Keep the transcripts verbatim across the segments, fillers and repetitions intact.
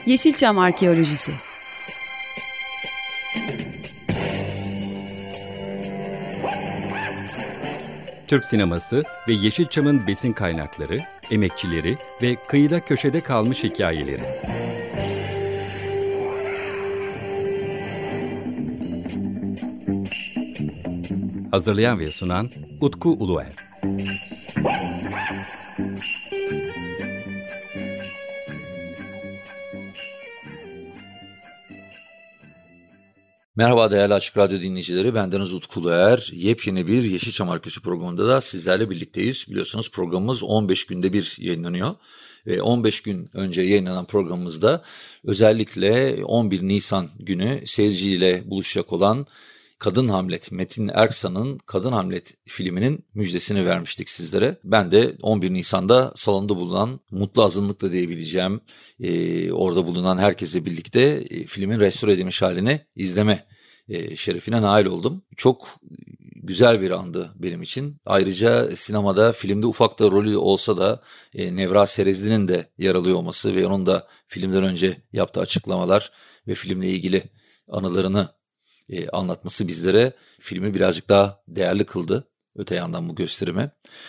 Yeşilçam Arkeolojisi. Türk sineması ve Yeşilçam'ın besin kaynakları, emekçileri ve kıyıda köşede kalmış hikayeleri. Hazırlayan ve sunan Utku Uluer. Merhaba değerli Açık Radyo dinleyicileri, bendeniz Utku Uluer. Yepyeni bir Yeşilçam Arkeolojisi programında da sizlerle birlikteyiz. Biliyorsunuz programımız on beş günde bir yayınlanıyor. Ve on beş gün önce yayınlanan programımızda özellikle on bir Nisan günü seyirciyle buluşacak olan Kadın Hamlet, Metin Erksan'ın Kadın Hamlet filminin müjdesini vermiştik sizlere. Ben de on bir Nisan'da salonda bulunan, mutlu azınlıkla diyebileceğim, e, orada bulunan herkesle birlikte e, filmin restore edilmiş halini izleme e, şerefine nail oldum. Çok güzel bir andı benim için. Ayrıca sinemada, filmde ufak da rolü olsa da e, Nevra Serezli'nin de yer alıyor olması ve onun da filmden önce yaptığı açıklamalar ve filmle ilgili anılarını E, anlatması bizlere filmi birazcık daha değerli kıldı. Öte yandan bu gösterime.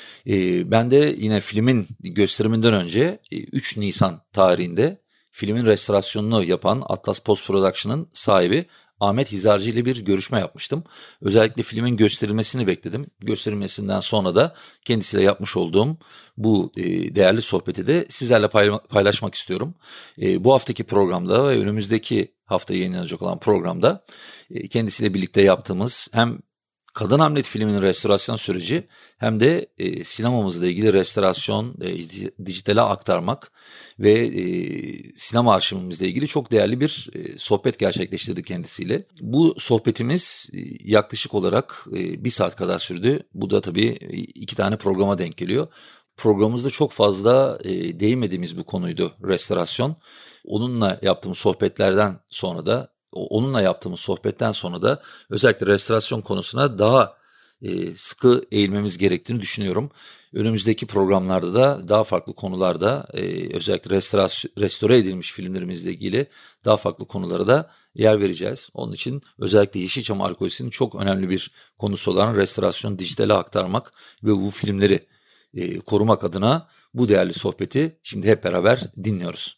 E, ben de yine filmin gösteriminden önce e, üç Nisan tarihinde filmin restorasyonunu yapan Atlas Post Production'ın sahibi Ahmet Hizarcı ile bir görüşme yapmıştım. Özellikle filmin gösterilmesini bekledim. Gösterilmesinden sonra da kendisiyle yapmış olduğum bu e, değerli sohbeti de sizlerle paylaşmak istiyorum. E, bu haftaki programda ve önümüzdeki hafta yayınlanacak olan programda e, kendisiyle birlikte yaptığımız hem Kadın Hamlet filminin restorasyon süreci hem de e, sinemamızla ilgili restorasyon, e, dijitale aktarmak ve e, sinema arşivimizle ilgili çok değerli bir e, sohbet gerçekleştirdik kendisiyle. Bu sohbetimiz e, yaklaşık olarak e, bir saat kadar sürdü. Bu da tabii iki tane programa denk geliyor. Programımızda çok fazla e, değinmediğimiz bir konuydu restorasyon. Onunla yaptığımız sohbetlerden sonra da Onunla yaptığımız sohbetten sonra da özellikle restorasyon konusuna daha e, sıkı eğilmemiz gerektiğini düşünüyorum. Önümüzdeki programlarda da daha farklı konularda e, özellikle restore edilmiş filmlerimizle ilgili daha farklı konulara da yer vereceğiz. Onun için özellikle Yeşilçam Arkeolojisi'nin çok önemli bir konusu olan restorasyon, dijitale aktarmak ve bu filmleri e, korumak adına bu değerli sohbeti şimdi hep beraber dinliyoruz.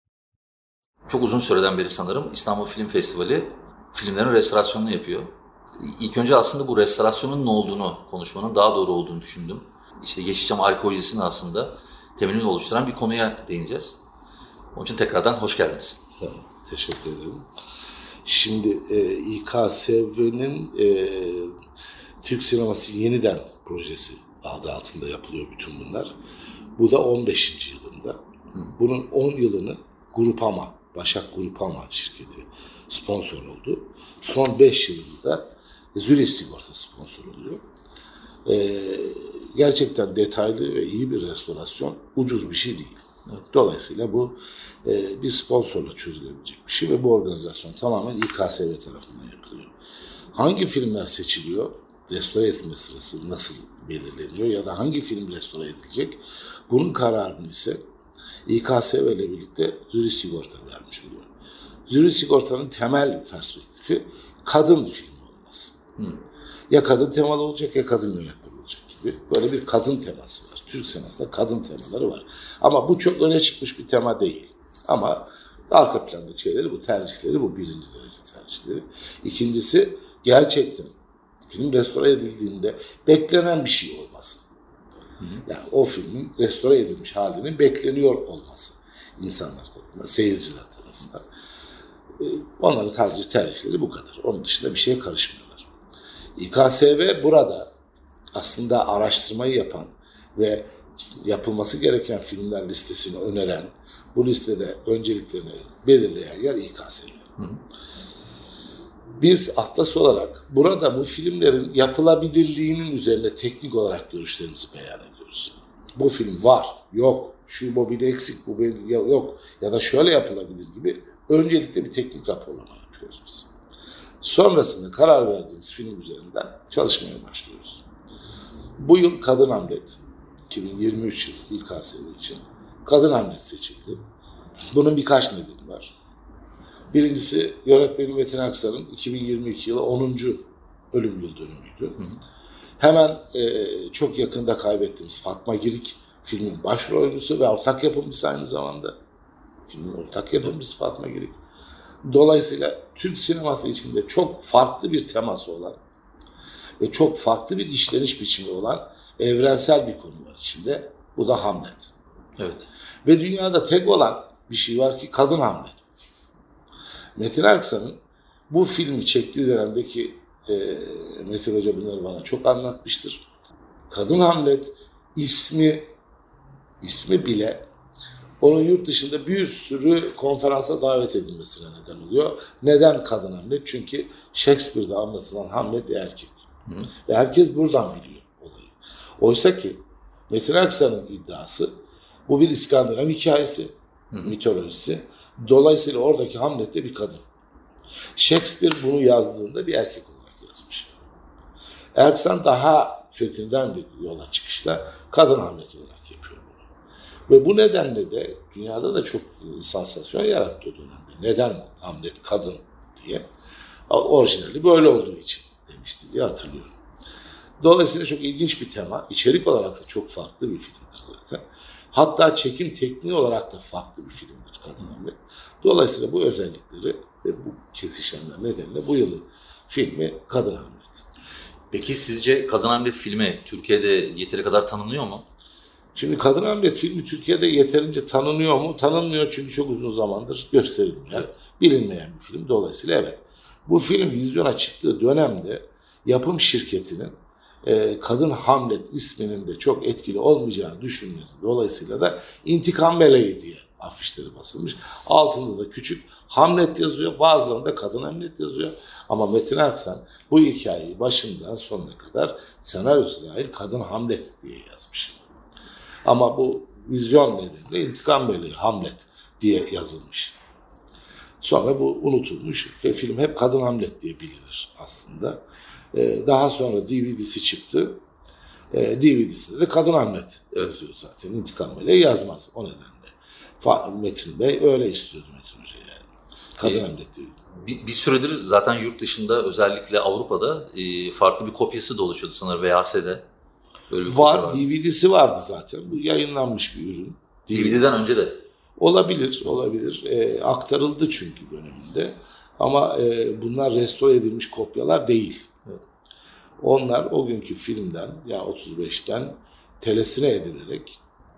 Çok uzun süreden beri sanırım İstanbul Film Festivali filmlerin restorasyonunu yapıyor. İlk önce aslında bu restorasyonun ne olduğunu konuşmanın daha doğru olduğunu düşündüm. İşte Yeşilçam Arkeolojisi'nin aslında temelini oluşturan bir konuya değineceğiz. Onun için tekrardan hoş geldiniz. Tamam, teşekkür ederim. Şimdi e, İ K S V'nin e, Türk Sineması Yeniden projesi adı altında yapılıyor bütün bunlar. Bu da on beşinci yılında. Bunun on yılını Grupama, Başak Grupama şirketi sponsor oldu. Son beş yılında Zürich Sigorta sponsor oluyor. Ee, gerçekten detaylı ve iyi bir restorasyon, ucuz bir şey değil. Evet. Dolayısıyla bu e, bir sponsorla çözülebilecek bir şey ve bu organizasyon tamamen İ K S V tarafından yapılıyor. Hangi filmler seçiliyor? Restore etme sırası nasıl belirleniyor ya da hangi film restore edilecek? Bunun kararını ise İ K S V ile birlikte Zürich Sigorta vermiş oluyor. Zürich Sigorta'nın temel perspektifi kadın filmi olması. Hmm. Ya kadın temalı olacak ya kadın yönetmen olacak gibi. Böyle bir kadın teması var. Türk sinemasında kadın temaları var. Ama bu çok öne çıkmış bir tema değil. Ama arka plandaki şeyleri bu, tercihleri bu birinci derece tercihleri. İkincisi gerçekten film restore edildiğinde beklenen bir şey olması. Yani o filmin restore edilmiş halinin bekleniyor olması insanlar tarafından, seyirciler tarafından. Onların tercih tercihleri bu kadar. Onun dışında bir şeye karışmıyorlar. İ K S V burada aslında araştırmayı yapan ve yapılması gereken filmler listesini öneren, bu listede önceliklerini belirleyen yer İ K S V. Hı. Biz Atlas olarak burada bu filmlerin yapılabilirliğinin üzerine teknik olarak görüşlerimizi beyan ediyoruz. Bu film var, yok, şu bobini eksik, bu yok ya da şöyle yapılabilir gibi öncelikle bir teknik raporlama yapıyoruz biz. Sonrasında karar verdiğimiz film üzerinden çalışmaya başlıyoruz. Bu yıl Kadın Hamlet, iki bin yirmi üç yılı İ K S V için Kadın Hamlet seçildi. Bunun birkaç nedeni var. Birincisi yönetmeni Metin Aksar'ın iki bin yirmi iki yılı onuncu ölüm yıl dönümüydü. Hı hı. Hemen e, çok yakında kaybettiğimiz Fatma Girik filmin başrol oyuncusu ve ortak yapımcısı aynı zamanda. Filmin ortak yapımcısı Fatma Girik. Dolayısıyla Türk sineması içinde çok farklı bir teması olan ve çok farklı bir işleniş biçimi olan evrensel bir konu var içinde. Bu da Hamlet. Evet. Ve dünyada tek olan bir şey var ki kadın Hamlet. Metin Aksar'ın bu filmi çektiği dönemdeki e, Metin Hoca bunları bana çok anlatmıştır. Kadın Hamlet ismi ismi bile onun yurt dışında bir sürü konferansa davet edilmesine neden oluyor. Neden kadın Hamlet? Çünkü Shakespeare'de anlatılan Hamlet bir erkek. Hı. Ve herkes buradan biliyor olayı. Oysa ki Metin Aksar'ın iddiası bu bir İskandinav hikayesi, hı. mitolojisi. Dolayısıyla oradaki Hamlet de bir kadın. Shakespeare bunu yazdığında bir erkek olarak yazmış. Erksan daha kökünden bir yola çıkışla kadın Hamlet olarak yapıyor bunu. Ve bu nedenle de dünyada da çok sansasyon yarattı o dönemde. Neden Hamlet kadın diye. Orijinali böyle olduğu için demişti diye hatırlıyorum. Dolayısıyla çok ilginç bir tema. İçerik olarak da çok farklı bir filmdir zaten. Hatta çekim tekniği olarak da farklı bir filmdir Kadın Hamlet. Dolayısıyla bu özellikleri ve bu kesişenler nedeniyle bu yılın filmi Kadın Hamlet. Peki sizce Kadın Hamlet filmi Türkiye'de yeteri kadar tanınıyor mu? Şimdi Kadın Hamlet filmi Türkiye'de yeterince tanınıyor mu? Tanınmıyor çünkü çok uzun zamandır gösterilmiyor. Evet. Bilinmeyen bir film. Dolayısıyla evet. Bu film vizyona çıktığı dönemde yapım şirketinin e, Kadın Hamlet isminin de çok etkili olmayacağını düşünmesi. Dolayısıyla da İntikam Meleği diye afişleri basılmış. Altında da küçük Hamlet yazıyor. Bazılarında Kadın Hamlet yazıyor. Ama Metin Aksan bu hikayeyi başından sonuna kadar senaryosu dahil Kadın Hamlet diye yazmış. Ama bu vizyon nedeniyle İntikam Meleği Hamlet diye yazılmış. Sonra bu unutulmuş ve film hep Kadın Hamlet diye bilinir aslında. Ee, daha sonra D V D'si çıktı. Ee, D V D'sinde de Kadın Hamlet yazıyor zaten. İntikam Meleği yazmaz o nedenle. Metin Bey öyle istiyordu Metin Hoca yani. Kadın ee, Hamlet değil. Bir, bir süredir zaten yurt dışında özellikle Avrupa'da e, farklı bir kopyası da oluşuyordu sanırım V H S'de. Var, D V D'si vardı zaten. Bu yayınlanmış bir ürün. D V D'den önce de. Olabilir, olabilir. E, aktarıldı çünkü döneminde. Ama e, bunlar restore edilmiş kopyalar değil. Evet. Onlar o günkü filmden, ya yani otuz beşten telesine edilerek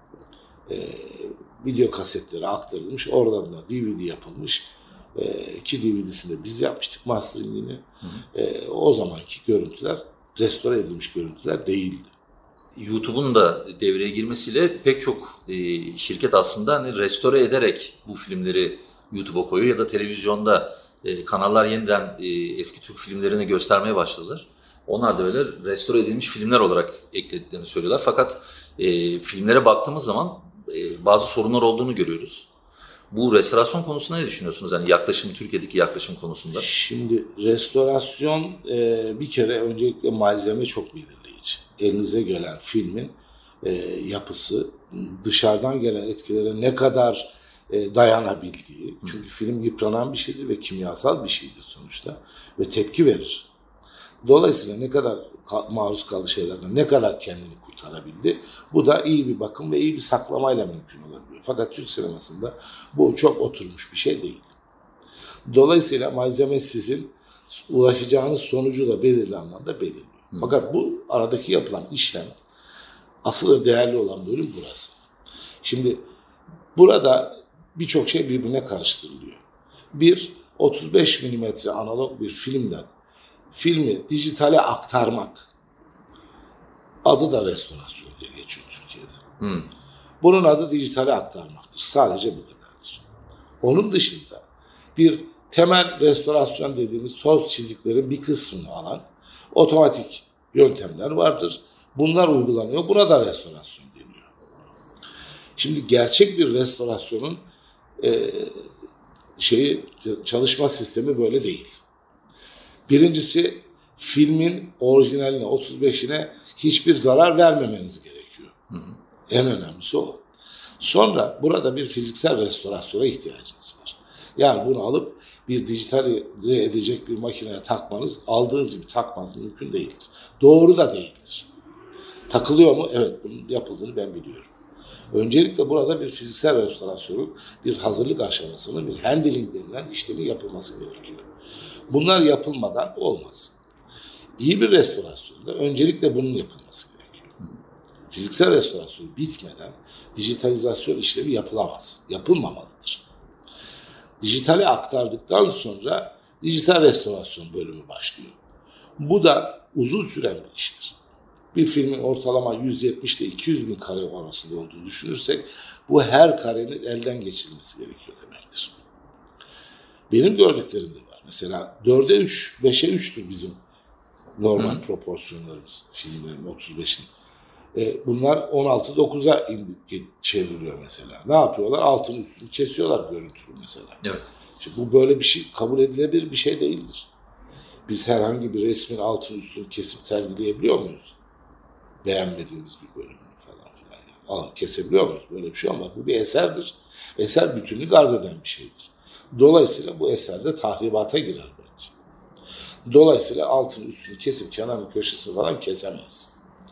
e, video kasetlere aktarılmış. Oradan da D V D yapılmış. E, iki D V D'sini biz yapmıştık masteringini. E, o zamanki görüntüler, restore edilmiş görüntüler değildi. YouTube'un da devreye girmesiyle pek çok e, şirket aslında hani restore ederek bu filmleri YouTube'a koyuyor ya da televizyonda e, kanallar yeniden e, eski Türk filmlerini göstermeye başladılar. Onlar da öyle restore edilmiş filmler olarak eklediklerini söylüyorlar. Fakat e, filmlere baktığımız zaman e, bazı sorunlar olduğunu görüyoruz. Bu restorasyon konusunda ne düşünüyorsunuz? Yani yaklaşım, Türkiye'deki yaklaşım konusunda. Şimdi restorasyon e, bir kere öncelikle malzeme çok belirleyici. Elinize gelen filmin e, yapısı, dışarıdan gelen etkilere ne kadar e, dayanabildiği. Hı. Çünkü film yıpranan bir şeydir ve kimyasal bir şeydir sonuçta ve tepki verir. Dolayısıyla ne kadar ka- maruz kaldığı şeylerden ne kadar kendini kurtarabildi. Bu da iyi bir bakım ve iyi bir saklamayla mümkün olabiliyor. Fakat Türk sinemasında bu çok oturmuş bir şey değil. Dolayısıyla malzeme sizin ulaşacağınız sonucu da belirli anlamda belirliyor. Hı. Fakat bu aradaki yapılan işlem asıl değerli olan bölüm burası. Şimdi burada birçok şey birbirine karıştırılıyor. Bir, otuz beş milimetre analog bir filmden filmi dijitale aktarmak adı da restorasyon diye geçiyor Türkiye'de. Hmm. Bunun adı dijitale aktarmaktır. Sadece bu kadardır. Onun dışında bir temel restorasyon dediğimiz toz çiziklerin bir kısmını alan otomatik yöntemler vardır. Bunlar uygulanıyor. Buna da restorasyon deniyor. Şimdi gerçek bir restorasyonun e, şeyi çalışma sistemi böyle değil. Birincisi filmin orijinaline, otuz beşine hiçbir zarar vermemeniz gerekiyor. Hı hı. En önemlisi o. Sonra burada bir fiziksel restorasyona ihtiyacınız var. Yani bunu alıp bir dijitalize edecek bir makineye takmanız aldığınız gibi takmanız mümkün değildir. Doğru da değildir. Takılıyor mu? Evet, bunun yapıldığını ben biliyorum. Öncelikle burada bir fiziksel restorasyonun bir hazırlık aşamasının bir handling denilen işlemin yapılması gerekiyor. Bunlar yapılmadan olmaz. İyi bir restorasyonda öncelikle bunun yapılması gerekiyor. Fiziksel restorasyon bitmeden dijitalizasyon işlemi yapılamaz, yapılmamalıdır. Dijitale aktardıktan sonra dijital restorasyon bölümü başlıyor. Bu da uzun süren bir iştir. Bir filmin ortalama yüz yetmiş ile iki yüz bin kare arasında olduğunu düşünürsek bu her karenin elden geçirilmesi gerekiyor demektir. Benim gördüklerim de var. Mesela dörde üç, beşe üçtür bizim normal Hı. proporsiyonlarımız filmlerin otuz beşin. E, bunlar on altı dokuza indi, çevriliyor mesela. Ne yapıyorlar? Altını üstünü kesiyorlar görüntülü mesela. Evet. Şimdi bu böyle bir şey kabul edilebilir bir şey değildir. Biz herhangi bir resmin altını üstünü kesip sergileyebiliyor muyuz? Beğenmediğimiz bir bölümünü falan filan. Yani. Kesebiliyor muyuz? Böyle bir şey ama bu bir eserdir. Eser bütünlük arz eden bir şeydir. Dolayısıyla bu eserde tahribata girer bence. Dolayısıyla altını üstünü kesip kenarını köşesi falan kesemeyiz.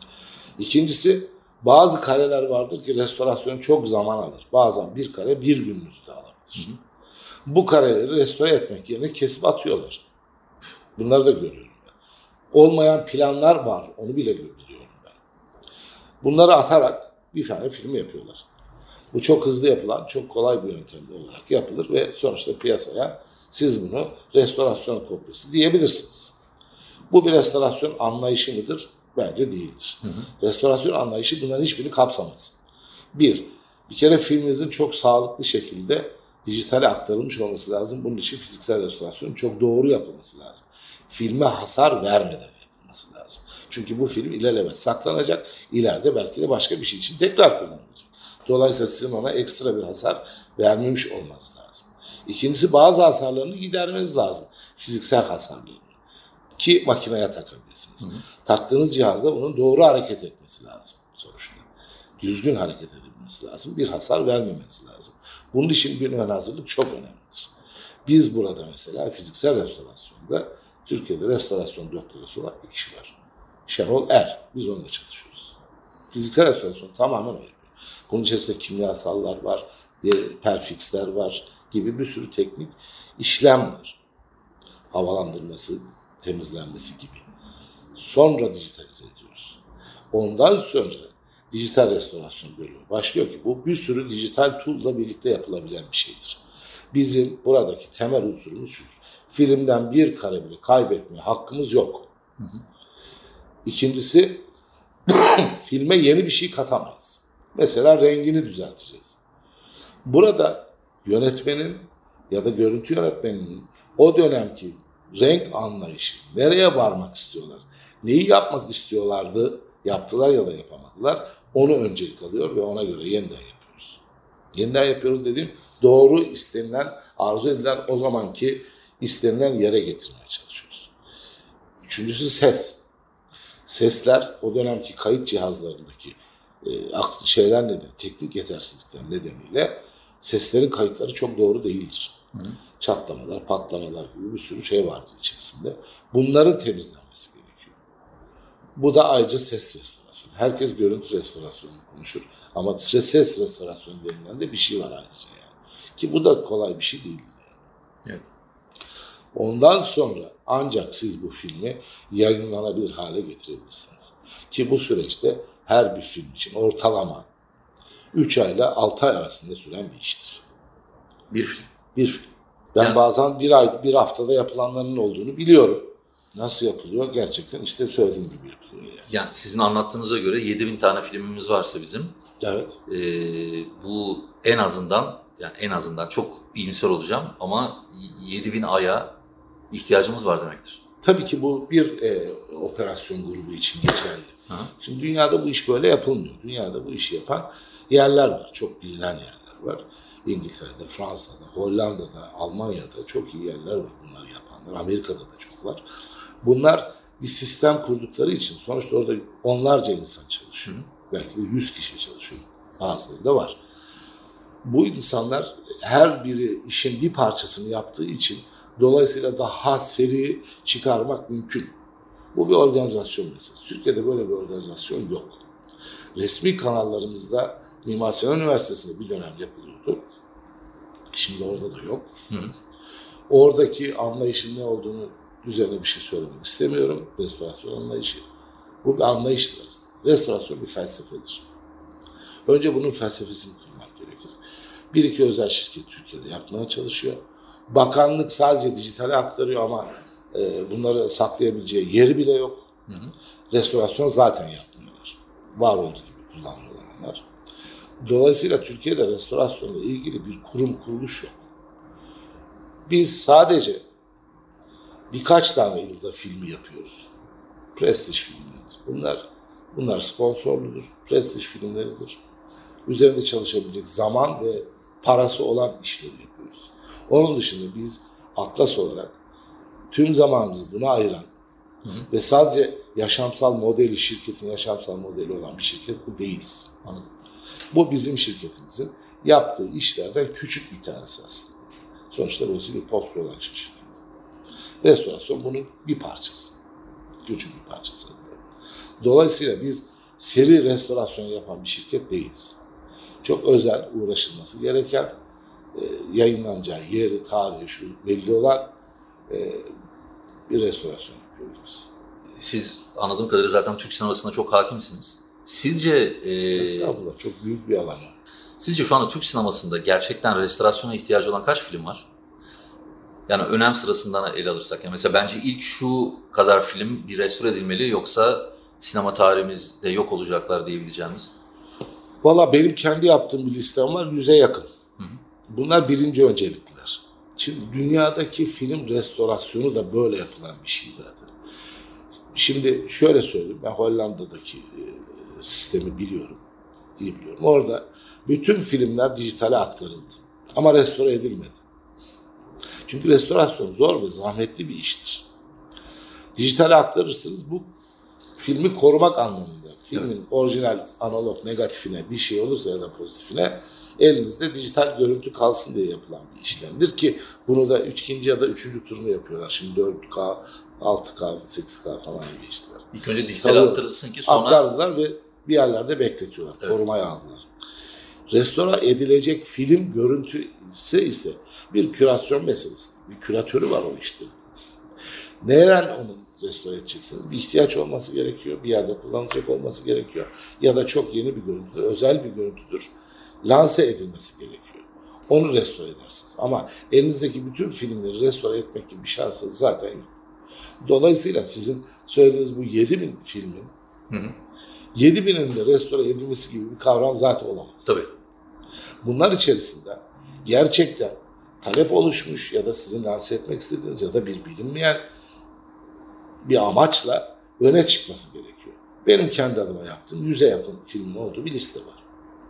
İkincisi bazı kareler vardır ki restorasyon çok zaman alır. Bazen bir kare bir gününüzde alabilir. Hı hı. Bu kareleri restore etmek yerine kesip atıyorlar. Bunları da görüyorum ben. Olmayan planlar var. Onu bile biliyorum ben. Bunları atarak bir tane film yapıyorlar. Bu çok hızlı yapılan, çok kolay bir yöntem olarak yapılır ve sonuçta piyasaya siz bunu restorasyon kopyası diyebilirsiniz. Bu bir restorasyon anlayışı mıdır? Bence değildir. Hı hı. Restorasyon anlayışı bunların hiçbirini kapsamaz. Bir, bir kere filminizin çok sağlıklı şekilde dijitale aktarılmış olması lazım. Bunun için fiziksel restorasyonun çok doğru yapılması lazım. Filme hasar vermeden yapılması lazım. Çünkü bu film ilelebet saklanacak. İleride belki de başka bir şey için tekrar kullanılacak. Dolayısıyla sizin ona ekstra bir hasar vermemiş olmanız lazım. İkincisi bazı hasarlarını gidermeniz lazım. Fiziksel hasarlarını. Ki makineye takabilirsiniz. Hı hı. Taktığınız cihazda bunun doğru hareket etmesi lazım sonuçta. Düzgün hareket edilmesi lazım. Bir hasar vermemesi lazım. Bunun için bir ön hazırlık çok önemlidir. Biz burada mesela fiziksel restorasyonda Türkiye'de restorasyon doktorası olan bir kişi var. Şenol Er. Biz onunla çalışıyoruz. Fiziksel restorasyon tamamen o yapıyor. Bunun içerisinde kimyasallar var, perfixler var gibi bir sürü teknik işlem var. Havalandırması, temizlenmesi gibi. Sonra dijitalize ediyoruz. Ondan sonra dijital restorasyon bölümü başlıyor ki bu bir sürü dijital tool'la birlikte yapılabilen bir şeydir. Bizim buradaki temel unsurumuz şudur. Filmden bir kare bile kaybetmeye hakkımız yok. Hı hı. İkincisi filme yeni bir şey katamayız. Mesela rengini düzelteceğiz. Burada yönetmenin ya da görüntü yönetmeninin o dönemki renk anlayışı, nereye varmak istiyorlar, neyi yapmak istiyorlardı, yaptılar ya da yapamadılar, onu öncelik alıyor ve ona göre yeniden yapıyoruz. Yeniden yapıyoruz dediğim doğru istenilen, arzu edilen o zamanki istenilen yere getirmeye çalışıyoruz. Üçüncüsü ses. Sesler o dönemki kayıt cihazlarındaki e, şeyler nedeniyle, teknik yetersizlikler nedeniyle seslerin kayıtları çok doğru değildir. Hı. Çatlamalar, patlamalar gibi bir sürü şey vardı içerisinde. Bunların temizlenmesi gerekiyor. Bu da ayrıca ses restorasyonu. Herkes görüntü restorasyonu konuşur. Ama ses restorasyonu denilen de bir şey var ayrıca yani. Ki bu da kolay bir şey değil. Yani. Evet. Ondan sonra ancak siz bu filmi yayınlanabilir hale getirebilirsiniz. Ki bu süreçte her bir film için ortalama üç ayla altı ay arasında süren bir iştir. Bir film. Bir film. Ben yani, bazen bir ay, bir haftada yapılanların olduğunu biliyorum. Nasıl yapılıyor? Gerçekten işte söylediğim gibi yapılıyor. Yani, yani sizin anlattığınıza göre yedi bin tane filmimiz varsa bizim. Evet. E, bu en azından, yani en azından çok iyimser olacağım ama yedi bin aya ihtiyacımız var demektir. Tabii ki bu bir e, operasyon grubu için geçerli. Hı. Şimdi dünyada bu iş böyle yapılmıyor. Dünyada bu işi yapan yerler var. Çok bilinen yerler var. İngiltere'de, Fransa'da, Hollanda'da, Almanya'da çok iyi yerler var bunları yapanlar. Amerika'da da çok var. Bunlar bir sistem kurdukları için sonuçta orada onlarca insan çalışıyor. Hı. Belki de yüz kişi çalışıyor. Bazıları da var. Bu insanlar her biri işin bir parçasını yaptığı için dolayısıyla daha seri çıkarmak mümkün. Bu bir organizasyon meselesi. Türkiye'de böyle bir organizasyon yok. Resmi kanallarımızda Mimar Sinan Üniversitesi'nde bir dönem yapılıyordu. Şimdi orada da yok. Hı hı. Oradaki anlayışın ne olduğunu üzerine bir şey söylemek istemiyorum. Restorasyon anlayışı. Bu bir anlayıştır aslında. Restorasyon bir felsefedir. Önce bunun felsefesini kurmak gerekir. Bir iki özel şirket Türkiye'de yapmaya çalışıyor. Bakanlık sadece dijitale aktarıyor ama e, bunları saklayabileceği yeri bile yok. Hı hı. Restorasyon zaten yapmıyorlar. Var olduğu gibi kullanıyorlar onlar. Dolayısıyla Türkiye'de restorasyonla ilgili bir kurum kuruluş yok. Biz sadece birkaç tane yılda filmi yapıyoruz. Prestij filmleridir. Bunlar bunlar sponsorludur. Prestij filmleridir. Üzerinde çalışabilecek zaman ve parası olan işleri yapıyoruz. Onun dışında biz Atlas olarak tüm zamanımızı buna ayıran hı hı. ve sadece yaşamsal modeli, şirketin yaşamsal modeli olan bir şirket bu değiliz. Anladım. Bu bizim şirketimizin yaptığı işlerden küçük bir tanesi aslında. Sonuçta burası bir post-production şirketi. Restorasyon bunun bir parçası. Küçük bir parçası. Dolayısıyla biz seri restorasyon yapan bir şirket değiliz. Çok özel, uğraşılması gereken, e, yayınlanacağı yeri, tarihi, şu belli olan e, bir restorasyon yapıyoruz biz. Siz anladığım kadarıyla zaten Türk sinemasına çok hakimsiniz. Sizce... E, Estağfurullah, çok büyük bir alan. Sizce şu anda Türk sinemasında gerçekten restorasyona ihtiyacı olan kaç film var? Yani önem sırasından ele alırsak. Yani mesela bence ilk şu kadar film bir restore edilmeli, yoksa sinema tarihimizde yok olacaklar diyebileceğimiz. Valla benim kendi yaptığım bir listem var, yüze yakın. Hı hı. Bunlar birinci öncelikliler. Şimdi dünyadaki film restorasyonu da böyle yapılan bir şey zaten. Şimdi şöyle söyleyeyim, ben Hollanda'daki sistemi biliyorum, iyi biliyorum. Orada bütün filmler dijitale aktarıldı ama restore edilmedi. Çünkü restorasyon zor ve zahmetli bir iştir. Dijitale aktarırsınız, bu filmi korumak anlamında. Filmin evet. orijinal, analog, negatifine bir şey olursa ya da pozitifine elinizde dijital görüntü kalsın diye yapılan bir işlemdir ki bunu da ikinci ya da üçüncü turunu yapıyorlar. Şimdi dört K, altı K, sekiz K falan geçtiler. İlk önce dijitale aktarılsın ki sonra... Aktardılar ve bir yerlerde bekletiyorlar. Evet. Korumaya aldılar. Restore edilecek film görüntü ise ise bir kürasyon meselesi. Bir küratörü var o işte. Neden onu restore edeceksiniz? Bir ihtiyaç olması gerekiyor. Bir yerde kullanılacak olması gerekiyor. Ya da çok yeni bir görüntüdür, özel bir görüntüdür. Lanse edilmesi gerekiyor. Onu restore edersiniz. Ama elinizdeki bütün filmleri restore etmek gibi bir şansınız zaten yok. Dolayısıyla sizin söylediğiniz bu yedi bin filmin hı hı. yedi binin de restore edilmesi gibi bir kavram zaten olamaz. Tabii. Bunlar içerisinde gerçekten talep oluşmuş ya da sizin lanse etmek istediğiniz ya da bir bilinmeyen bir amaçla öne çıkması gerekiyor. Benim kendi adıma yaptığım yüze yakın filmin olduğu bir liste var.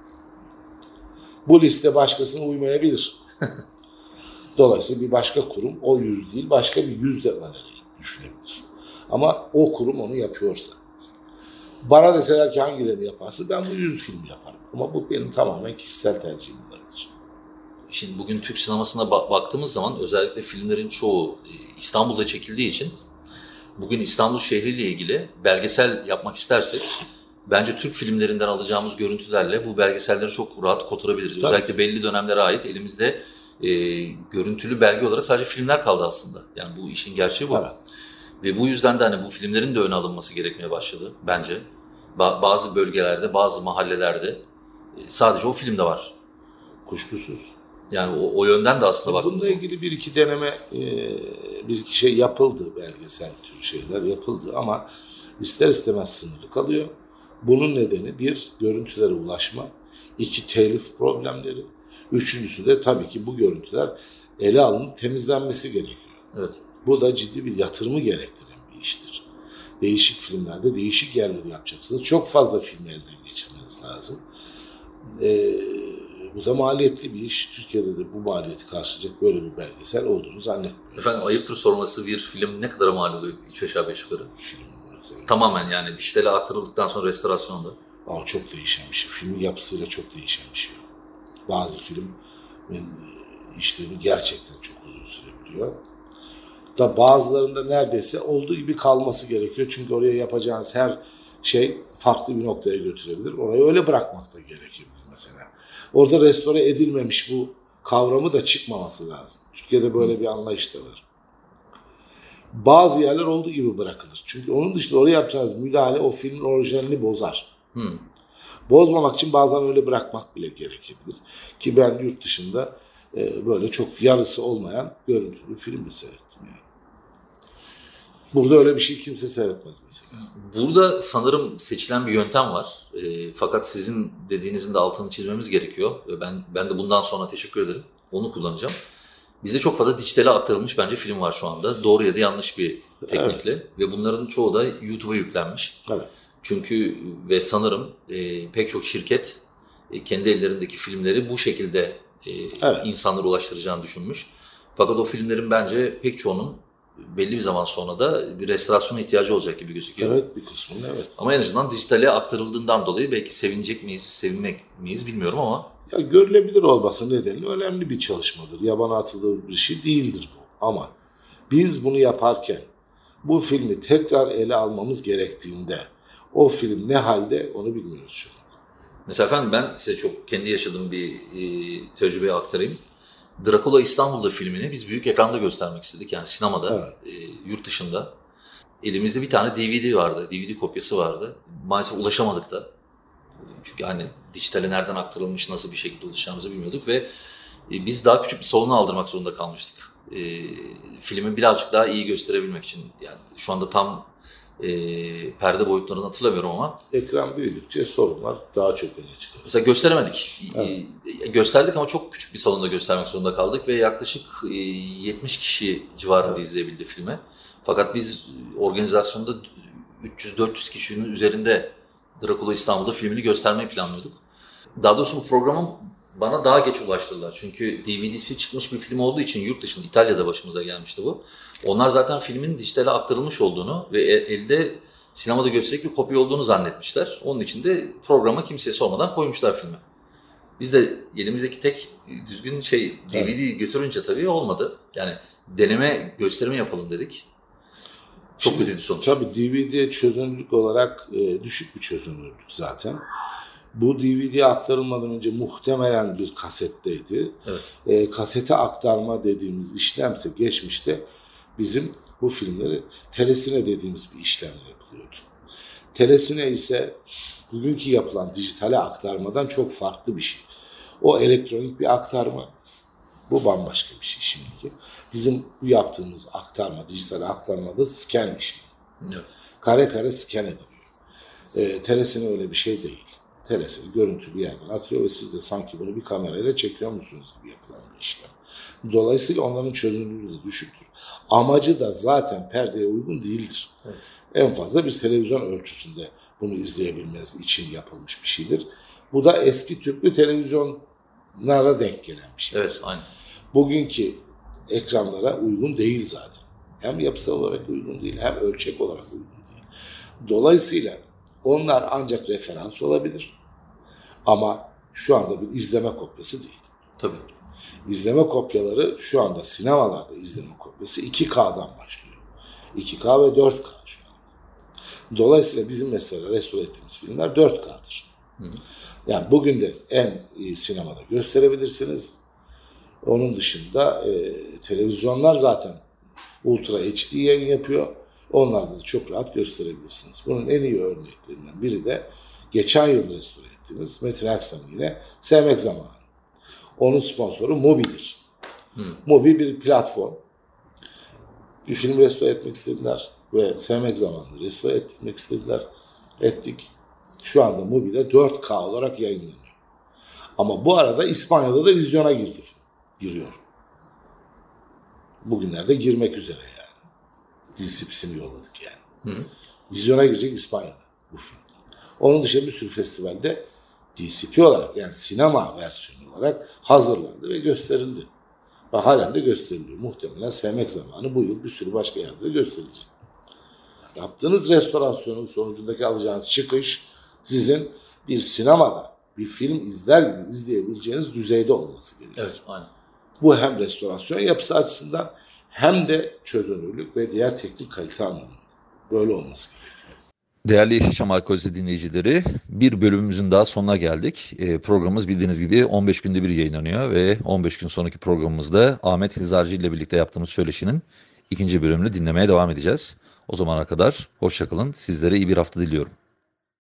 Bu liste başkasına uymayabilir. Dolayısıyla bir başka kurum o yüz değil başka bir yüz de öneriyi düşünebilir. Ama o kurum onu yapıyorsa. Bana deseler ki hangilerini yaparsın ben bu yüz filmi yaparım. Ama bu benim tamamen kişisel tercihim olabilir. Şimdi bugün Türk sinemasına baktığımız zaman özellikle filmlerin çoğu İstanbul'da çekildiği için bugün İstanbul şehriyle ilgili belgesel yapmak istersek bence Türk filmlerinden alacağımız görüntülerle bu belgeselleri çok rahat kotarabiliriz. Tabii. Özellikle belli dönemlere ait elimizde e, görüntülü belge olarak sadece filmler kaldı aslında. Yani bu işin gerçeği bu. Evet. Ve bu yüzden de hani bu filmlerin de öne alınması gerekmeye başladı bence. Ba- bazı bölgelerde, bazı mahallelerde e, sadece o film de var. Kuşkusuz. Yani o, o yönden de aslında baktığımız. Bununla ilgili bir iki deneme, e, bir iki şey yapıldı, belgesel tür şeyler yapıldı ama ister istemez sınırlı kalıyor. Bunun nedeni bir, görüntülere ulaşma, iki, telif problemleri, üçüncüsü de tabii ki bu görüntüler ele alınıp temizlenmesi gerekiyor. Evet. Bu da ciddi bir yatırımı gerektiren bir iştir. Değişik filmlerde değişik yerleri yapacaksınız. Çok fazla filmi elden geçirmeniz lazım. Ee, bu da maliyetli bir iş. Türkiye'de de bu maliyeti karşılayacak böyle bir belgesel olduğunu zannetmiyorum. Efendim ayıptır sorması, bir film ne kadar mal oluyor? üç aşağı beş yukarı. Film tamamen yani dijitale aktarıldıktan sonra restorasyonda. Aa, çok değişen bir şey. Filmin yapısıyla çok değişen bir şey. Bazı filmin işlemi gerçekten çok uzun sürebiliyor. Da bazılarında neredeyse olduğu gibi kalması gerekiyor. Çünkü oraya yapacağınız her şey farklı bir noktaya götürebilir. Orayı öyle bırakmak da gerekebilir mesela. Orada restore edilmemiş bu kavramı da çıkmaması lazım. Türkiye'de böyle bir anlayış da var. Bazı yerler olduğu gibi bırakılır. Çünkü onun dışında oraya yapacağınız müdahale o filmin orijinalini bozar. Hmm. Bozmamak için bazen öyle bırakmak bile gerekebilir. Ki ben yurt dışında e, böyle çok yarısı olmayan görüntülü film de seyrettim yani. Burada öyle bir şey kimse seyretmez mesela. Burada sanırım seçilen bir yöntem var. E, fakat sizin dediğinizin de altını çizmemiz gerekiyor. Ve ben ben de bundan sonra teşekkür ederim. Onu kullanacağım. Bizde çok fazla dijitale aktarılmış bence film var şu anda. Doğru ya da yanlış bir teknikle. Evet. Ve bunların çoğu da YouTube'a yüklenmiş. Evet. Çünkü ve sanırım e, pek çok şirket e, kendi ellerindeki filmleri bu şekilde e, evet. insanlara ulaştıracağını düşünmüş. Fakat o filmlerin bence pek çoğunun belli bir zaman sonra da bir restorasyona ihtiyacı olacak gibi gözüküyor. Evet, bir kısmında evet. Ama en azından dijitale aktarıldığından dolayı belki sevinecek miyiz, sevinmek miyiz bilmiyorum ama. Ya görülebilir olması nedeniyle önemli bir çalışmadır. Yabana atıldığı bir şey değildir bu. Ama biz bunu yaparken bu filmi tekrar ele almamız gerektiğinde o film ne halde onu bilmiyoruz şu anda. Mesela efendim ben size çok kendi yaşadığım bir e, tecrübeyi aktarayım. Dracula İstanbul'da filmini biz büyük ekranda göstermek istedik. Yani sinemada, evet. e, yurt dışında. Elimizde bir tane D V D vardı, D V D kopyası vardı. Maalesef ulaşamadık da. Çünkü hani dijitale nereden aktarılmış, nasıl bir şekilde ulaşacağımızı bilmiyorduk ve e, biz daha küçük bir salona aldırmak zorunda kalmıştık. E, filmi birazcık daha iyi gösterebilmek için. Yani şu anda tam e, perde boyutlarını hatırlamıyorum ama. Ekran büyüdükçe sorunlar daha çok öne çıkıyor. Mesela gösteremedik. Evet. E, gösterdik ama çok küçük bir salonda göstermek zorunda kaldık ve yaklaşık e, yetmiş kişi civarında evet. izleyebildi filmi. Fakat biz organizasyonda üç yüz dört yüz kişinin üzerinde Dracula İstanbul'da filmini göstermeyi planlıyorduk. Daha doğrusu bu programın bana daha geç ulaştırdılar. Çünkü D V D'si çıkmış bir film olduğu için yurt dışında, İtalya'da başımıza gelmişti bu. Onlar zaten filmin dijitale aktarılmış olduğunu ve elde sinemada gösterecek bir kopya olduğunu zannetmişler. Onun için de programa kimseye sormadan koymuşlar filmi. Biz de elimizdeki tek düzgün şey D V D evet. götürünce tabii olmadı. Yani deneme gösterimi yapalım dedik. Çok kötüydü sonuç. Tabii D V D çözünürlük olarak e, düşük bir çözünürlük zaten. Bu D V D'ye aktarılmadan önce muhtemelen bir kasetteydi. Evet. E, kasete aktarma dediğimiz işlemse geçmişte bizim bu filmleri telesine dediğimiz bir işlemle yapılıyordu. Telesine ise bugünkü yapılan dijitale aktarmadan çok farklı bir şey. O elektronik bir aktarma. Bu bambaşka bir şey şimdiki. Bizim bu yaptığımız aktarma, dijitale aktarmada scan işlemi. Evet. Kare kare scan ediliyor. E, telesine öyle bir şey değil. Telesini görüntü bir yerden akıyor ve siz de sanki bunu bir kamerayla çekiyor musunuz gibi yapılan bir işlem. Dolayısıyla onların çözünürlüğü de düşüktür. Amacı da zaten perdeye uygun değildir. Evet. En fazla bir televizyon ölçüsünde bunu izleyebilmeniz için yapılmış bir şeydir. Bu da eski tüplü televizyonlara denk gelen bir şeydir. Evet, aynen. Bugünkü ekranlara uygun değil zaten. Hem yapısal olarak uygun değil, hem ölçek olarak uygun değil. Dolayısıyla onlar ancak referans olabilir. Ama şu anda bir izleme kopyası değil. Tabii. İzleme kopyaları şu anda sinemalarda izleme kopyası iki K'dan başlıyor. iki K ve dört K şu anda. Dolayısıyla bizim mesela restore ettiğimiz filmler dört K'dır. Hı. Yani bugün de en iyi sinemada gösterebilirsiniz. Onun dışında e, televizyonlar zaten Ultra H D yayın yapıyor. Onlarda da çok rahat gösterebilirsiniz. Bunun en iyi örneklerinden biri de geçen yıl restore ettiğimiz Metin Aksan'ın yine Sevmek Zamanı. Onun sponsoru Mubi'dir. Hmm. Mubi bir platform. Bir film restore etmek istediler ve Sevmek Zamanı'nı restore etmek istediler. Ettik. Şu anda Mubi'de dört K olarak yayınlanıyor. Ama bu arada İspanya'da da vizyona girdi film. Giriyor. Bugünlerde girmek üzere yani. D C P'sini yolladık yani. Hı. Vizyona girecek İspanya'da bu film. Onun dışında bir sürü festivalde D C P olarak yani sinema versiyonu olarak hazırlandı ve gösterildi. Ve halen de gösteriliyor. Muhtemelen Sevmek Zamanı bu yıl bir sürü başka yerde de gösterilecek. Yaptığınız restorasyonun sonucundaki alacağınız çıkış sizin bir sinemada bir film izler gibi izleyebileceğiniz düzeyde olması gerekiyor. Evet, aynen. Bu hem restorasyon yapısı açısından hem de çözünürlük ve diğer teknik kalite anlamında. Böyle olması gerekiyor. Değerli Yeşilçam Arkeolojisi dinleyicileri, bir bölümümüzün daha sonuna geldik. E, programımız bildiğiniz gibi on beş günde bir yayınlanıyor ve on beş gün sonraki programımızda Ahmet Hizarcı ile birlikte yaptığımız söyleşinin ikinci bölümünü dinlemeye devam edeceğiz. O zamana kadar hoşça kalın. Sizlere iyi bir hafta diliyorum.